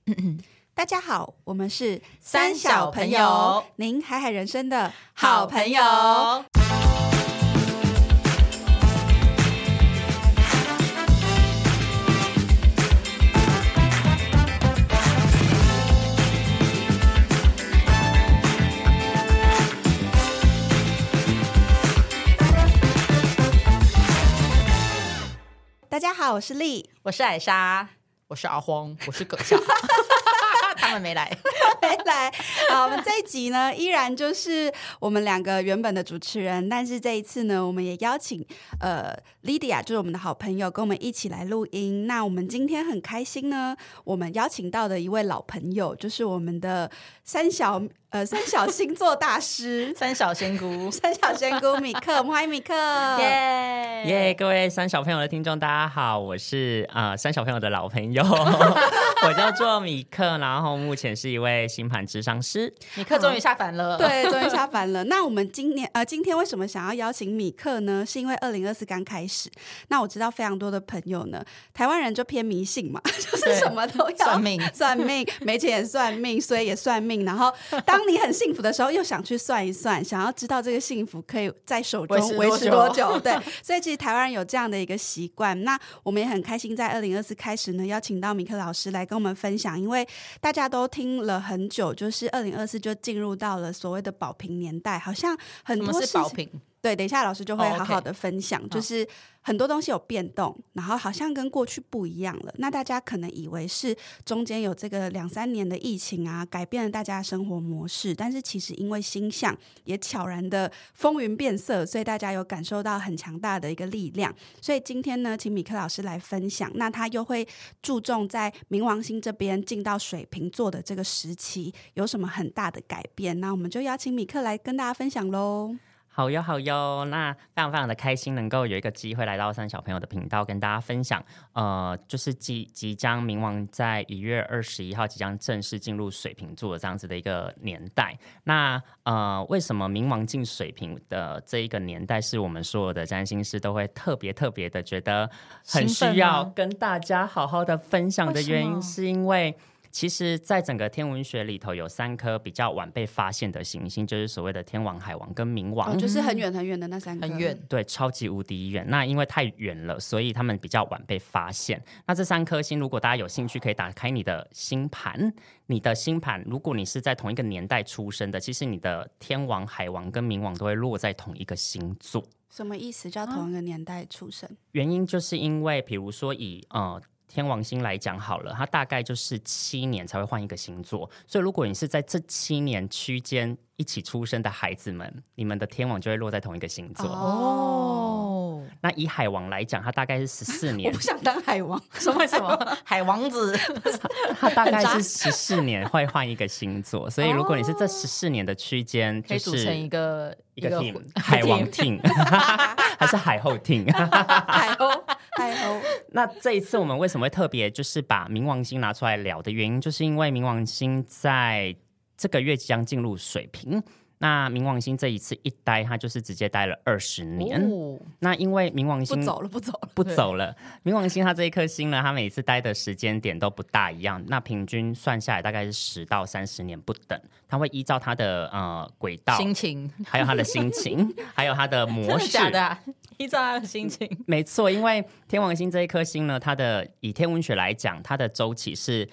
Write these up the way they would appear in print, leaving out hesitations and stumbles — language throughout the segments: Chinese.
大家好，我们是三小朋友， 您海海人生的好朋友。 大家好，我是丽， 我是艾莎，我是阿荒，我是葛夏。他们没来没来。好，我们这一集呢依然就是我们两个原本的主持人，但是这一次呢我们也邀请Lydia 就是我们的好朋友跟我们一起来录音。那我们今天很开心呢，我们邀请到的一位老朋友就是我们的三小星座大师三小仙姑三小仙姑米克，我们欢迎米克。 耶！各位三小朋友的听众大家好，我是三小朋友的老朋友我叫做米克，然后目前是一位星盘咨商师。 米克终于下凡了。 对，终于下凡了。那我们今天为什么想要邀请米克呢？是因为2024刚开始，那我知道非常多的朋友呢，台湾人就偏迷信嘛，就是什么都要算命，没钱也算命，所以也算命。然后当你很幸福的时候，又想去算一算，想要知道这个幸福可以在手中维持多久。对，所以其实台湾人有这样的一个习惯。那我们也很开心，在2024开始呢，邀请到米克老师来跟我们分享，因为大家都听了很久，就是2024就进入到了所谓的宝瓶年代，好像很多事情。 什么是宝瓶？ 对，等一下老师就会好好的分享，就是很多东西有变动，然后好像跟过去不一样了。那大家可能以为是中间有这个2-3年的疫情啊，改变了大家的生活模式，但是其实因为星象也悄然的风云变色，所以大家有感受到很强大的一个力量。所以今天呢，请米克老师来分享，那他又会注重在冥王星这边进到水瓶座的这个时期有什么很大的改变。那我们就邀请米克来跟大家分享咯。 好哟好哟，那非常非常的开心能够有一个机会来到三小朋友的频道跟大家分享，就是即将冥王在1月21号即将正式进入水瓶座这样子的一个年代。那为什么冥王进水瓶的这一个年代是我们所有的占星师都会特别的觉得很需要跟大家好好的分享的原因，是因为其实在整个天文学里头有3颗比较晚被发现的行星，就是所谓的天王、海王跟冥王， 就是很远很远的那3颗， 很远， 对，超级无敌远。那因为太远了，所以他们比较晚被发现。那这3颗星，如果大家有兴趣，可以打开你的星盘。你的星盘，如果你是在同一个年代出生的，其实你的天王、海王跟冥王都会落在同一个星座。 什么意思？叫同一个年代出生？ 原因就是因为，比如说以天王星来讲好了，它大概就是7年才会换一个星座，所以如果你是在这7年区间一起出生的孩子们，你们的天王就会落在同一个星座。 哦， 那以海王来讲，它大概是14年。 我不想当海王。 为什么？海王子它大概是14年会换一个星座，所以如果你是这14年的区间， 可以组成一个 team， 海王 team 还是海后 team 海后。 那这一次我们为什么会特别就是把冥王星拿出来聊的原因，就是因为冥王星在这个月即将进入水瓶。那冥王星这一次一待，它就是直接待了20年。那因为冥王星不走了。冥王星它这一颗星呢，它每次待的时间点都不大一样，那平均算下来大概是10到30年不等。它会依照它的轨道、 心情， 还有它的心情，还有它的模式。 真的假的啊？依照它的心情？没错，因为天王星这一颗星呢，它的以天文学来讲，它的周期是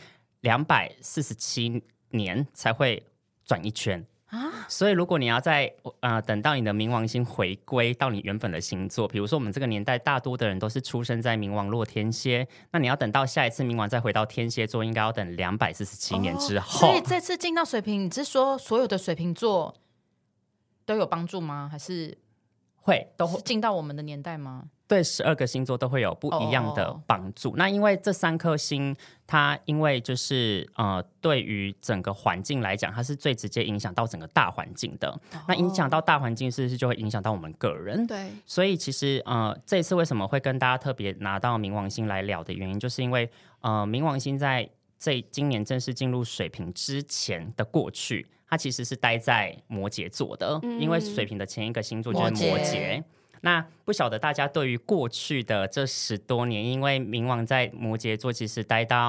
247年才会转一圈。所以如果你要在等到你的冥王星回归到你原本的星座，比如说我们这个年代大多的人都是出生在冥王落天蝎，那你要等到下一次冥王再回到天蝎座，应该要等247年之后。 所以这次进到水瓶，你是说所有的水瓶座都有帮助吗？还是都会进到我们的年代吗？ 对，12个星座都会有不一样的帮助。那因为这3颗星，它因为就是对于整个环境来讲，它是最直接影响到整个大环境的。那影响到大环境，是不是就会影响到我们个人？ 对。 所以其实这一次为什么会跟大家特别拿到冥王星来聊的原因，就是因为冥王星在今年正式进入水瓶之前的过去，它其实是待在摩羯座的，因为水瓶的前一个星座就是摩羯。那不晓得大家对于过去的这10多年，因为冥王在摩羯座其实待到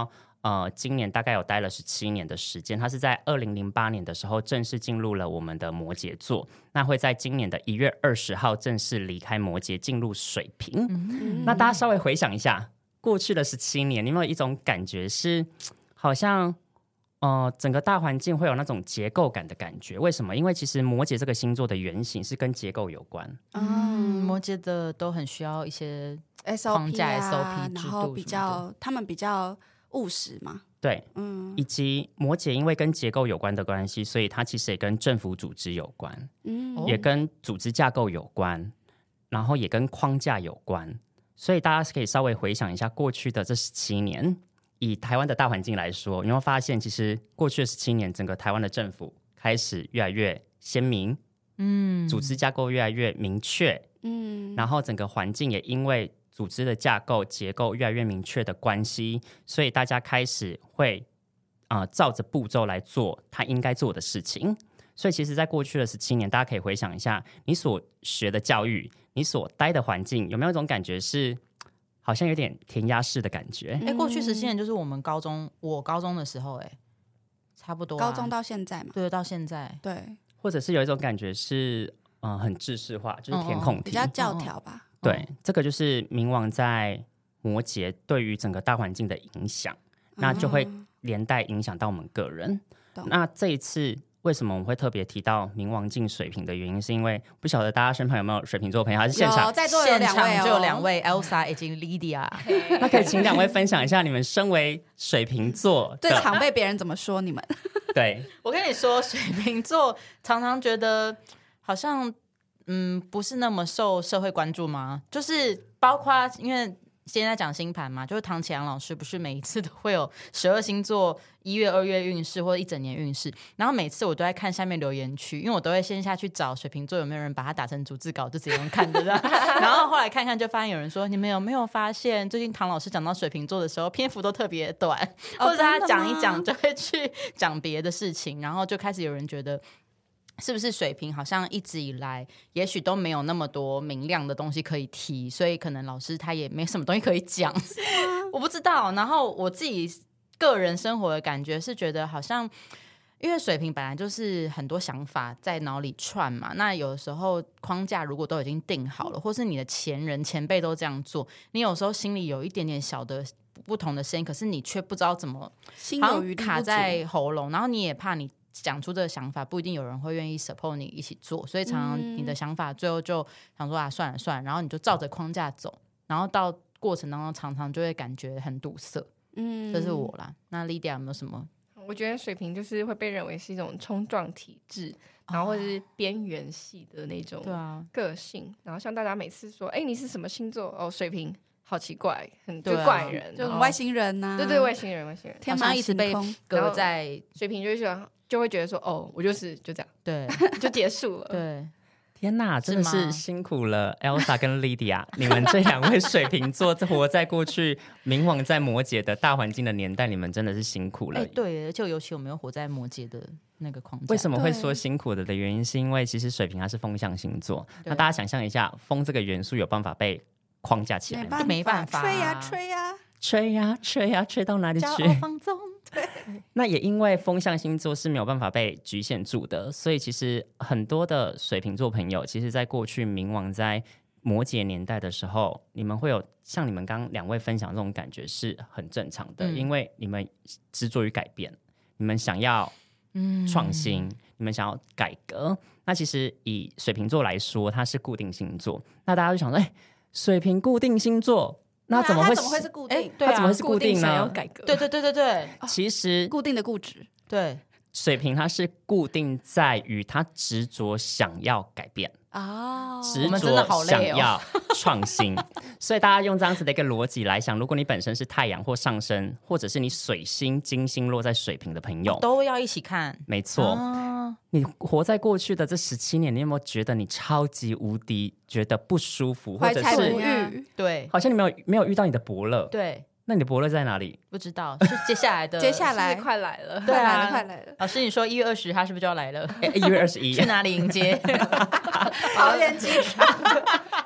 今年大概有待了17年的时间，他是在2008年的时候正式进入了我们的摩羯座，那会在今年的1月20号正式离开摩羯进入水瓶。那大家稍微回想一下过去的17年，你有没有一种感觉是好像整个大环境会有那种结构感的感觉？为什么？因为其实摩羯这个星座的原型是跟结构有关。 摩羯的都很需要一些框架 SOP 制度， 然后他们比较务实嘛。 对，以及摩羯因为跟结构有关的关系，所以它其实也跟政府组织有关，也跟组织架构有关，然后也跟框架有关。所以大家可以稍微回想一下过去的这17年，以台湾的大环境来说，你会发现其实过去的17年，整个台湾的政府开始越来越鲜明，组织架构越来越明确，然后整个环境也因为组织的架构结构越来越明确的关系，所以大家开始会照着步骤来做他应该做的事情。所以其实在过去的17年，大家可以回想一下你所学的教育，你所待的环境，有没有一种感觉是好像有点填鸭式的感觉？ 过去17年就是我高中的时候，差不多高中到现在嘛。 对，到现在。 对， 或者是有一种感觉是很制式化，就是填空题， 比较教条吧。 对，这个就是冥王在摩羯对于整个大环境的影响，那就会连带影响到我们个人。那这一次为什么我们会特别提到冥王进水瓶的原因，是因为不晓得大家身旁有没有水瓶座朋友，还是现场在座有2位就有2位 Elsa 以及 Lydia。 那可以请2位分享一下你们身为水瓶座最常被别人怎么说你们？ 对， 我跟你说，水瓶座常常觉得好像不是那么受社会关注吗？就是包括因为现在讲星盘嘛，就是唐启阳老师不是每一次都会有12星座1月2月运势或者一整年运势，然后每次我都在看下面留言区，因为我都会先下去找水瓶座有没有人把它打成逐字稿，就直接用看的然后后来看看就发现有人说，你们有没有发现最近唐老师讲到水瓶座的时候篇幅都特别短，或者他讲一讲就会去讲别的事情，然后就开始有人觉得是不是水瓶好像一直以来也许都没有那么多明亮的东西可以提，所以可能老师他也没什么东西可以讲我不知道。然后我自己个人生活的感觉是觉得好像因为水瓶本来就是很多想法在脑里串嘛，那有的时候框架如果都已经定好了，或是你的前辈都这样做，你有时候心里有一点点小的不同的声音，可是你却不知道怎么好像卡在喉咙，然后你也怕你讲出这个想法不一定有人会愿意 support 你一起做，所以常常你的想法最后就想说算了算了，然后你就照着框架走，然后到过程当中常常就会感觉很堵塞。这是我啦。那 Lydia 有没有什么？ 我觉得水瓶就是会被认为是一种冲撞体质，然后或者是边缘系的那种个性，然后像大家每次说你是什么星座？水瓶，好奇怪，很就怪人， 就外星人啊。 对，外星人天马一直被隔在水瓶，就会觉得说我就这样， 对就结束了。 对， 天哪，真的是辛苦了 Elsa 跟 Lydia 你们这2位水瓶座活在过去冥王在摩羯的大环境的年代，你们真的是辛苦了。 对，就尤其我们又活在摩羯的那个框架。 为什么会说辛苦的原因是因为其实水瓶它是风象星座，那大家想象一下，风这个元素有办法被框架起来吗？ 没办法， 吹呀吹呀吹呀吹呀，吹到哪里去？ 骄傲放纵。 对， 那也因为风象星座是没有办法被局限住的，所以其实很多的水瓶座朋友，其实在过去冥王在摩羯年代的时候，你们会有像你们刚2位分享这种感觉是很正常的，因为你们执着于改变，你们想要创新，你们想要改革。那其实以水瓶座来说，它是固定星座，那大家就想说，水瓶固定星座。那怎么会是固定？ 它怎么会是固定呢？ 想要改革？ 对， 其实固定的固执。 对， 水瓶它是固定在于他执着想要改变执着想要创新所以大家用这样子的一个逻辑来想，如果你本身是太阳或上升，或者是你水星金星落在水瓶的朋友， 都要一起看。 没错你活在过去的这17年，你有没有觉得你超级无敌觉得不舒服，或者是对， 好像你没有遇到你的伯乐？ 对， 那你的伯乐在哪里？ 不知道，是接下来的接下来快来了， 对啊， 快来了。 老师，你说1月20他是不是就要来了？ 1月21 去哪里迎接？ 桃园机场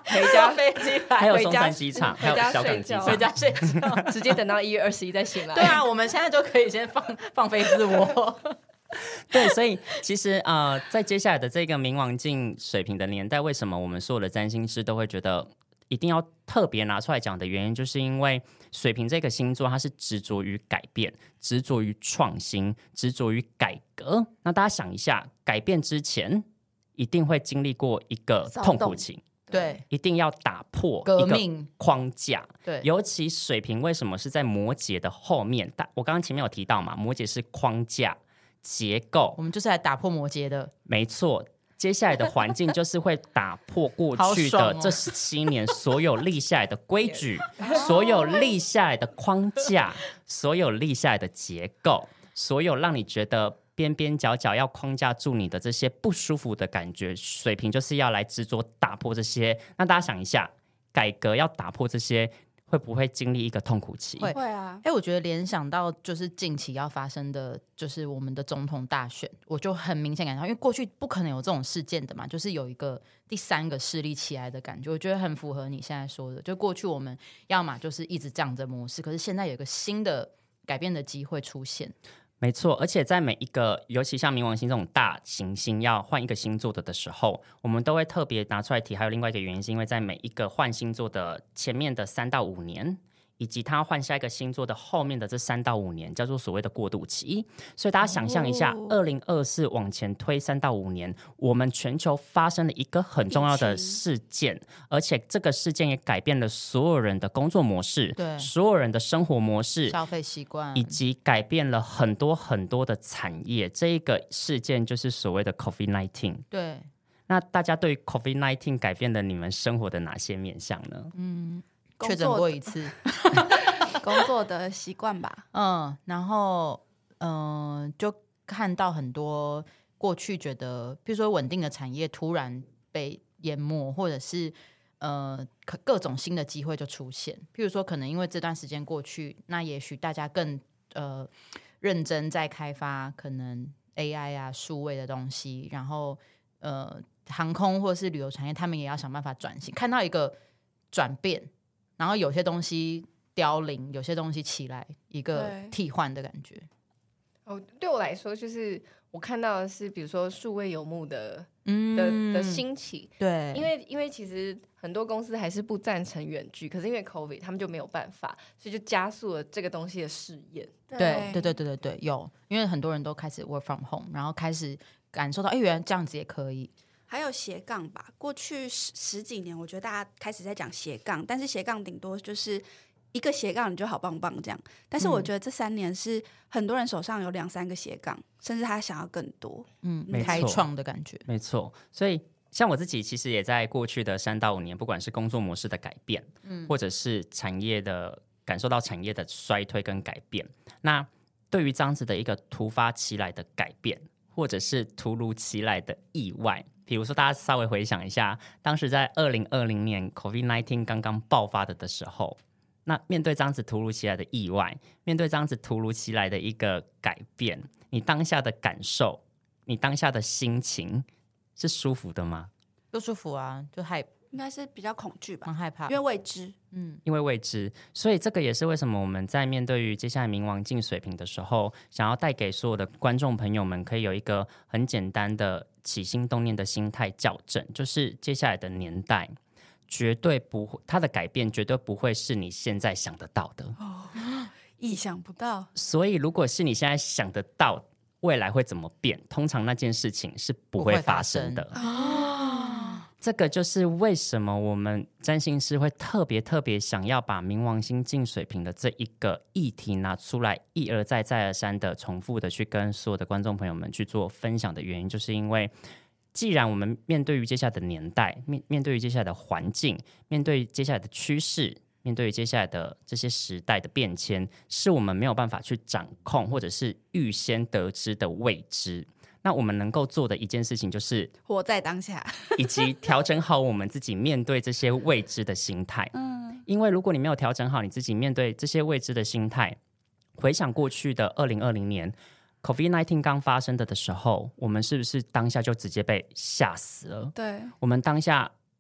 回家飞机来， 还有松山机场，还有小港机场， 回家睡觉， 直接等到1月21再醒来。 对啊，我们现在就可以先放飞自我。 对，所以其实在接下来的这个冥王镜水瓶的年代，为什么我们所有的占星师都会觉得一定要特别拿出来讲的原因，就是因为水瓶这个星座它是执着于改变，执着于创新，执着于改革。那大家想一下，改变之前一定会经历过一个痛苦期， 对， 一定要打破革命框架。 对， 尤其水瓶为什么是在摩羯的后面？我刚刚前面有提到嘛，摩羯是框架结构， 我们就是来打破摩羯的， 没错。接下来的环境就是会打破过去的这17年所有立下来的规矩，所有立下来的框架，所有立下来的结构，所有让你觉得边边角角要框架住你的这些不舒服的感觉，水瓶就是要来执着打破这些。那大家想一下，改革要打破这些，会不会经历一个痛苦期？ 会啊。 我觉得联想到就是近期要发生的，就是我们的总统大选，我就很明显感到，因为过去不可能有这种事件的嘛，就是有一个第3个势力起来的感觉，我觉得很符合你现在说的。就过去我们要嘛就是一直这样的模式，可是现在有一个新的改变的机会出现。 没错，而且在每一个，尤其像冥王星这种大行星要换一个星座的时候，我们都会特别拿出来提。还有另外一个原因，是因为在每一个换星座的前面的3到5年，以及它换下一个星座的后面的这3到5年，叫做所谓的过渡期。所以大家想象一下，2024往前推3到5年，我们全球发生了一个很重要的事件，而且这个事件也改变了所有人的工作模式， 对， 所有人的生活模式、 消费习惯， 以及改变了很多很多的产业。这一个事件就是所谓的 COVID-19。 对， 那大家对于 COVID-19 改变了你们生活的哪些面向呢？ 确诊过一次， 工作的习惯吧。 然后就看到很多过去觉得，比如说稳定的产业突然被淹没，或者是各种新的机会就出现。譬如说，可能因为这段时间过去，那也许大家更认真在开发可能 AI 啊、数位的东西，然后航空或是旅游产业，他们也要想办法转型，看到一个转变。然后有些东西凋零，有些东西起来，一个替换的感觉。 对我来说，就是我看到的是，比如说数位游牧的兴起。 对， 因为其实很多公司还是不赞成远距，可是因为 COVID 他们就没有办法，所以就加速了这个东西的试验。 对，有，因为很多人都开始 work from home， 然后开始感受到，原来这样子也可以。 还有斜杠吧，过去十几年，我觉得大家开始在讲斜杠，但是斜杠顶多就是一个斜杠你就好棒棒这样。但是我觉得这3年是很多人手上有2-3个斜杠，甚至他想要更多， 开创的感觉。 没错，所以像我自己其实也在过去的3到5年，不管是工作模式的改变，或者是产业的感受到产业的衰退跟改变。那对于这样子的一个突发其来的改变，或者是突如其来的意外，比如说大家稍微回想一下，当时在2020年 COVID-19 刚刚爆发的时候，那面对这样子突如其来的意外，面对这样子突如其来的一个改变，你当下的感受，你当下的心情是舒服的吗？ 不舒服啊，就应该是比较恐惧吧， 蛮害怕， 因为未知。 因为未知，所以这个也是为什么我们在面对于接下来冥王镜水瓶的时候，想要带给所有的观众朋友们，可以有一个很简单的起心动念的心态校正，就是接下来的年代绝对不会，它的改变绝对不会是你现在想得到的， 意想不到。 所以如果是你现在想得到未来会怎么变，通常那件事情是不会发生的。这个就是为什么我们占星师会特别想要把冥王星进水瓶的这一个议题拿出来，一而再再而三的重复的去跟所有的观众朋友们去做分享的原因，就是因为既然我们面对于接下来的年代，面对于接下来的环境，面对于接下来的趋势，面对于接下来的这些时代的变迁，是我们没有办法去掌控或者是预先得知的未知。那我们能够做的一件事情就是活在当下， 以及调整好我们自己面对这些未知的心态。因为如果你没有调整好你自己面对这些未知的心态，回想过去的2020年 COVID-19 刚发生的时候，我们是不是当下就直接被吓死了？ 对， 我们当下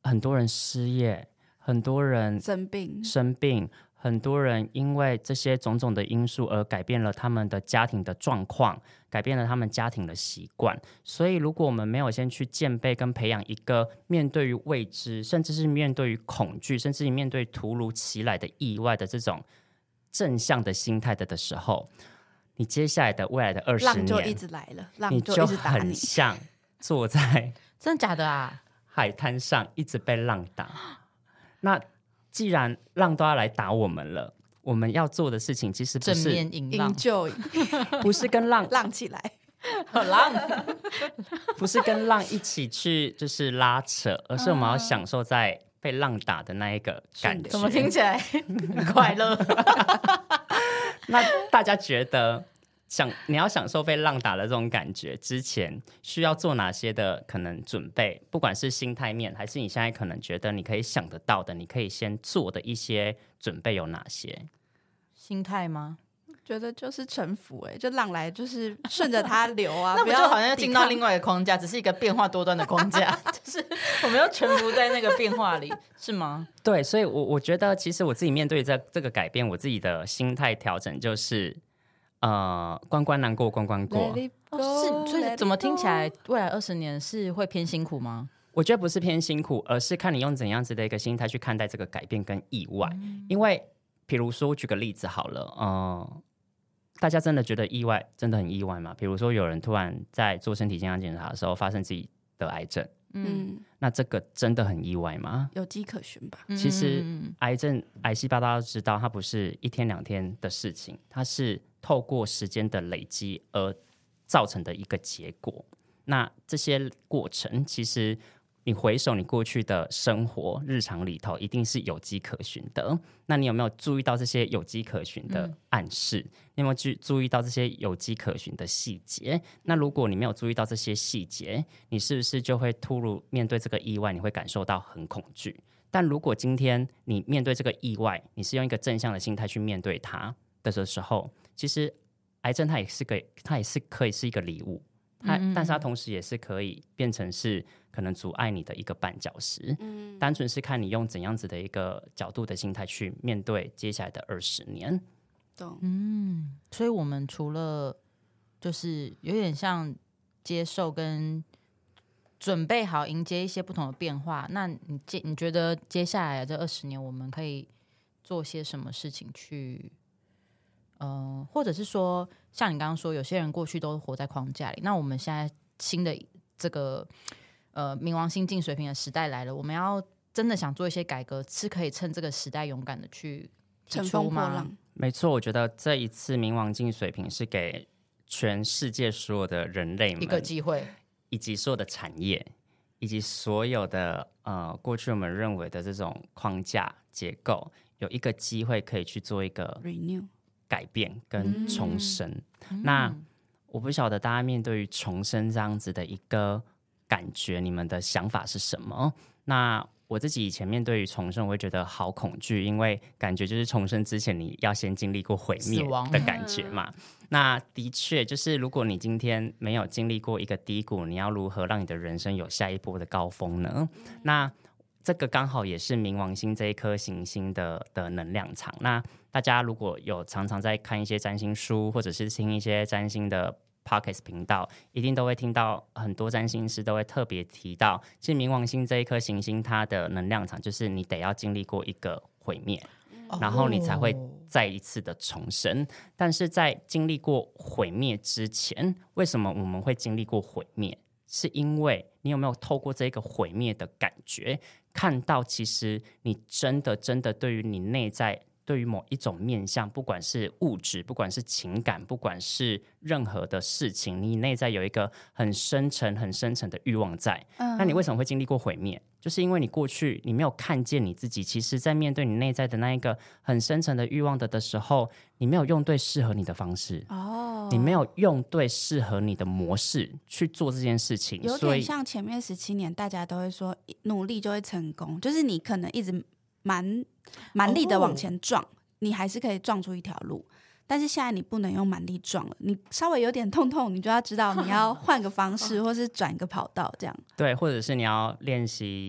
很多人失业，很多人生病，很多人因为这些种种的因素而改变了他们的家庭的状况，改变了他们家庭的习惯。所以如果我们没有先去建备跟培养一个面对于未知，甚至是面对于恐惧，甚至是面对突如其来的意外的这种正向的心态的时候，你接下来的未来的20年浪就一直来了，浪就一直打你， 很像坐在真的假的啊？ 海滩上一直被浪打。那既然浪都要来打我们了，我们要做的事情其实不是正面迎浪， 不是跟浪起来浪不是跟浪一起去就是拉扯，而是我们要享受在被浪打的那一个感觉。 怎么听起来很快乐？ 那大家觉得你要享受被浪打的这种感觉之前需要做哪些的可能准备，不管是心态面还是你现在可能觉得你可以想得到的，你可以先做的一些准备有哪些？ 心态吗？ 觉得就是臣服，就浪来就是顺着它流啊。 那不就好像进到另外一个框架，只是一个变化多端的框架，就是我们要臣服在那个变化里，是吗？ 对，所以我觉得其实我自己面对这个改变，我自己的心态调整就是关关难过关关过。 所以怎么听起来未来20年是会偏辛苦吗？ 我觉得不是偏辛苦，而是看你用怎样子的一个心态去看待这个改变跟意外。因为比如说举个例子好了，大家真的觉得意外真的很意外吗？比如说有人突然在做身体健康检查的时候发现自己得癌症，那这个真的很意外吗？ 有迹可循吧。 其实癌症癌细胞大家都知道，它不是1天2天的事情，它是透过时间的累积而造成的一个结果。那这些过程其实你回首你过去的生活日常里头一定是有迹可循的。那你有没有注意到这些有迹可循的暗示？你有没有注意到这些有迹可循的细节？那如果你没有注意到这些细节，你是不是就会突如面对这个意外，你会感受到很恐惧？但如果今天你面对这个意外，你是用一个正向的心态去面对它的时候，其实癌症它也是可以是一个礼物，但是它同时也是可以变成是可能阻碍你的一个绊脚石。单纯是看你用怎样子的一个角度的心态去面对接下来的20年。 所以我们除了就是有点像接受跟准备好迎接一些不同的变化，那你觉得接下来这20年我们可以做些什么事情去或者是说像你刚刚说有些人过去都活在框架里，那我们现在新的这个冥王星进水瓶的时代来了，我们要真的想做一些改革，是可以趁这个时代勇敢的去提出吗？ 没错，我觉得这一次冥王进水瓶是给全世界所有的人类们一个机会， 以及所有的产业，以及所有的过去我们认为的这种框架结构，有一个机会可以去做一个 renew 改变跟重生。那我不晓得大家面对于重生这样子的一个感觉，你们的想法是什么？那我自己以前面对于重生，我会觉得好恐惧，因为感觉就是重生之前你要先经历过毁灭的感觉嘛。那的确就是如果你今天没有经历过一个低谷，你要如何让你的人生有下一波的高峰呢？那这个刚好也是冥王星这一颗行星的能量场。那大家如果有常常在看一些占星书，或者是听一些占星的 Podcast 频道，一定都会听到很多占星师都会特别提到，其实冥王星这一颗行星它的能量场就是你得要经历过一个毁灭，然后你才会再一次的重生。但是在经历过毁灭之前，为什么我们会经历过毁灭？是因为你有没有透过这个毁灭的感觉，看到其实你真的对于你内在，对于某一种面向，不管是物质，不管是情感，不管是任何的事情，你内在有一个很深沉的欲望在。那你为什么会经历过毁灭？就是因为你过去你没有看见你自己，其实在面对你内在的那一个很深沉的欲望的时候，你没有用对适合你的方式，你没有用对适合你的模式去做这件事情。 有点像前面17年大家都会说努力就会成功，就是你可能一直蛮力的往前撞，你还是可以撞出一条路。但是现在你不能用蛮力撞了，你稍微有点痛，你就要知道你要换个方式，或是转一个跑道这样。 对，或者是你要练习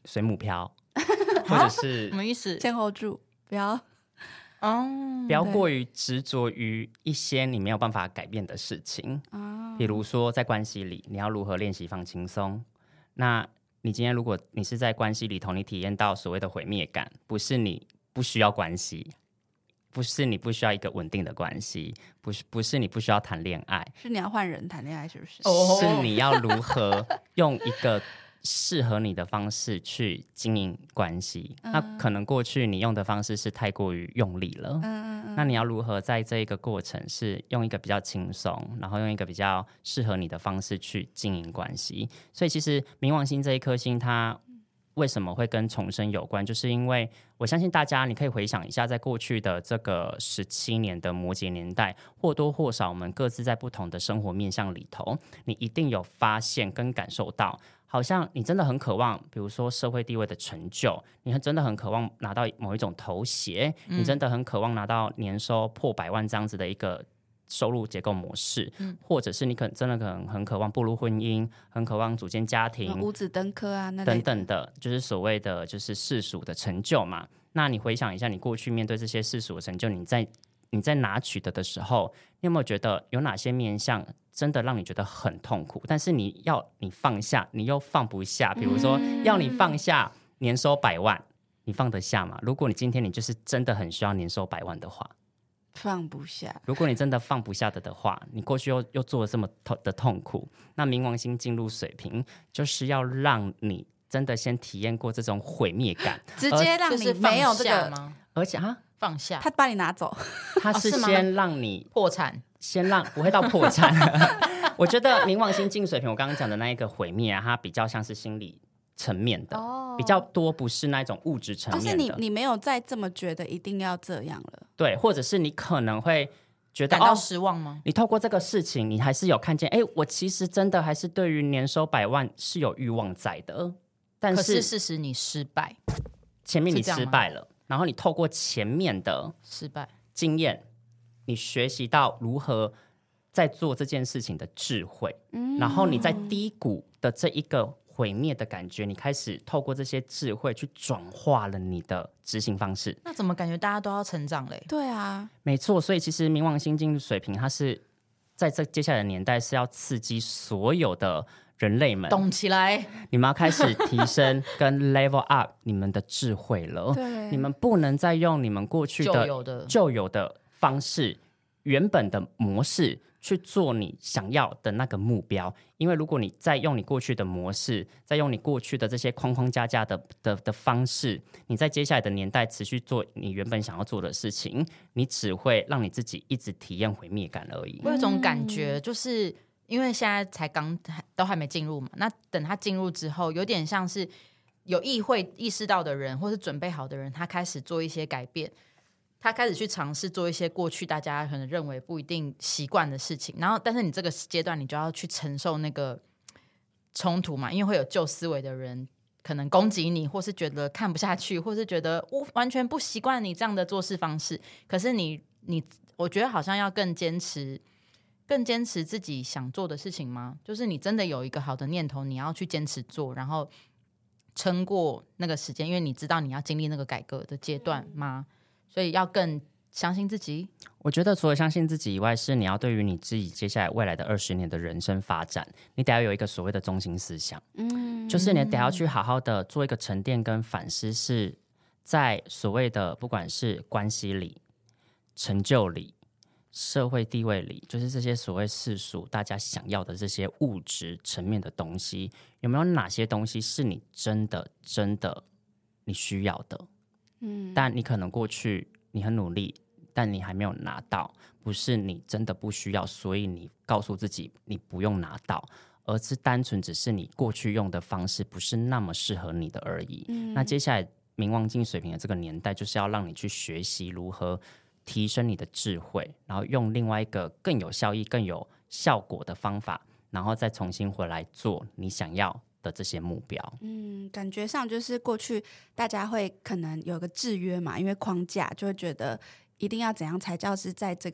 随母飘，或者是什么意思？ 先 hold 住，不要不要过于执着于一些你没有办法改变的事情。比如说在关系里，你要如何练习放轻松。那你今天如果你是在关系里头，你体验到所谓的毁灭感，不是你不需要关系，不是你不需要一个稳定的关系，不是你不需要谈恋爱， 是你要换人谈恋爱，是不是？ 是你要如何用一个适合你的方式去经营关系。那可能过去你用的方式是太过于用力了，那你要如何在这一个过程是用一个比较轻松，然后用一个比较适合你的方式去经营关系。所以其实冥王星这一颗星它为什么会跟重生有关，就是因为我相信大家你可以回想一下，在过去的这个17年的摩羯年代，或多或少我们各自在不同的生活面向里头，你一定有发现跟感受到，好像你真的很渴望比如说社会地位的成就，你真的很渴望拿到某一种头衔，你真的很渴望拿到年收破100万这样子的一个收入结构模式，或者是你真的可能很渴望步入婚姻，很渴望组建家庭， 五子登科啊，那等等的，就是所谓的就是世俗的成就嘛。那你回想一下，你过去面对这些世俗的成就，你在拿取得的时候，你有没有觉得有哪些面向真的让你觉得很痛苦？但是你放下，你又放不下。比如说，要你放下年收100万，你放得下吗？如果你今天你就是真的很需要年收100万的话， 放不下。 如果你真的放不下的话，你过去又做了这么的痛苦，那冥王星进入水瓶，就是要让你真的先体验过这种毁灭感， 直接让你没有这个吗？ 而且放下， 他把你拿走， 他是先让你破产， 先让不会到破产。我觉得冥王星进水瓶，我刚刚讲的那一个毁灭啊，它比较像是心理层面的，比较多不是那种物质层面的。 就是你没有再这么觉得一定要这样了， 对，或者是你可能会觉得感到失望吗？ 你透过这个事情，你还是有看见，我其实真的还是对于年收100万是有欲望在的，但是可是事实你失败， 前面你失败了，然后你透过前面的失败经验，你学习到如何在做这件事情的智慧，然后你在低谷的这一个毁灭的感觉，你开始透过这些智慧去转化了你的执行方式。 那怎么感觉大家都要成长嘞？ 对啊， 没错，所以其实冥王星进入水瓶，它是在这接下来的年代是要刺激所有的人类们动起来， 你们要开始提升跟 level up 你们的智慧了。你们不能再用你们过去的旧有的方式，原本的模式去做你想要的那个目标。因为如果你再用你过去的模式，再用你过去的这些框框架架的方式，你在接下来的年代持续做你原本想要做的事情，你只会让你自己一直体验毁灭感而已。 我有种感觉，就是因为现在才都还没进入嘛，那等他进入之后，有点像是有意识到的人，或是准备好的人，他开始做一些改变。他开始去尝试做一些过去大家可能认为不一定习惯的事情，然后但是你这个阶段你就要去承受那个冲突嘛，因为会有旧思维的人可能攻击你，或是觉得看不下去，或是觉得我完全不习惯你这样的做事方式。可是我觉得好像要更坚持自己想做的事情吗？就是你真的有一个好的念头，你要去坚持做，然后撑过那个时间，因为你知道你要经历那个改革的阶段吗？所以要更相信自己。 我觉得除了相信自己以外，是你要对于你自己接下来未来的20年的人生发展，你得要有一个所谓的中心思想，就是你得要去好好的做一个沉淀跟反思，是在所谓的不管是关系里、成就里、社会地位里，就是这些所谓世俗大家想要的这些物质层面的东西，有没有哪些东西是你真的你需要的？但你可能过去你很努力，但你还没有拿到，不是你真的不需要，所以你告诉自己你不用拿到，而是单纯只是你过去用的方式不是那么适合你的而已。那接下来冥王金水瓶的这个年代，就是要让你去学习如何提升你的智慧，然后用另外一个更有效益、更有效果的方法，然后再重新回来做你想要的这些目标。 感觉上就是过去大家会可能有个制约嘛，因为框架就会觉得一定要怎样才叫是在这个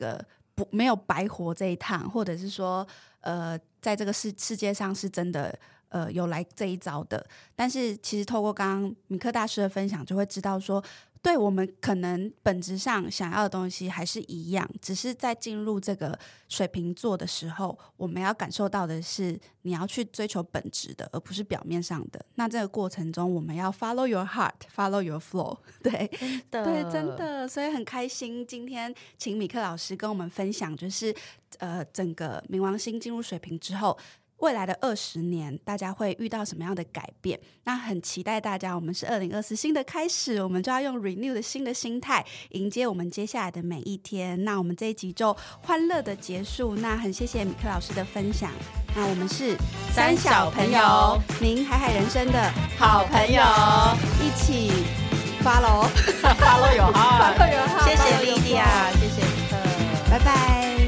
没有白活这一趟，或者是说在这个世界上是真的有来这一招的。但是其实透过刚刚米克大师的分享，就会知道说，对，我们可能本质上想要的东西还是一样，只是在进入这个水瓶座的时候，我们要感受到的是你要去追求本质的，而不是表面上的。那这个过程中，我们要 follow your heart, follow your flow。 对，对，真的，所以很开心今天请米克老师跟我们分享，就是整个冥王星进入水瓶之后，未来的20年大家会遇到什么样的改变。那很期待大家，我们是2024新的开始，我们就要用 renew 的新的心态迎接我们接下来的每一天。那我们这一集就欢乐的结束，那很谢谢米克老师的分享。那我们是三小朋友， 您海人生的好朋友， 一起 follow your heart， follow your heart， 谢谢莉莉亚，谢谢米克， 拜拜。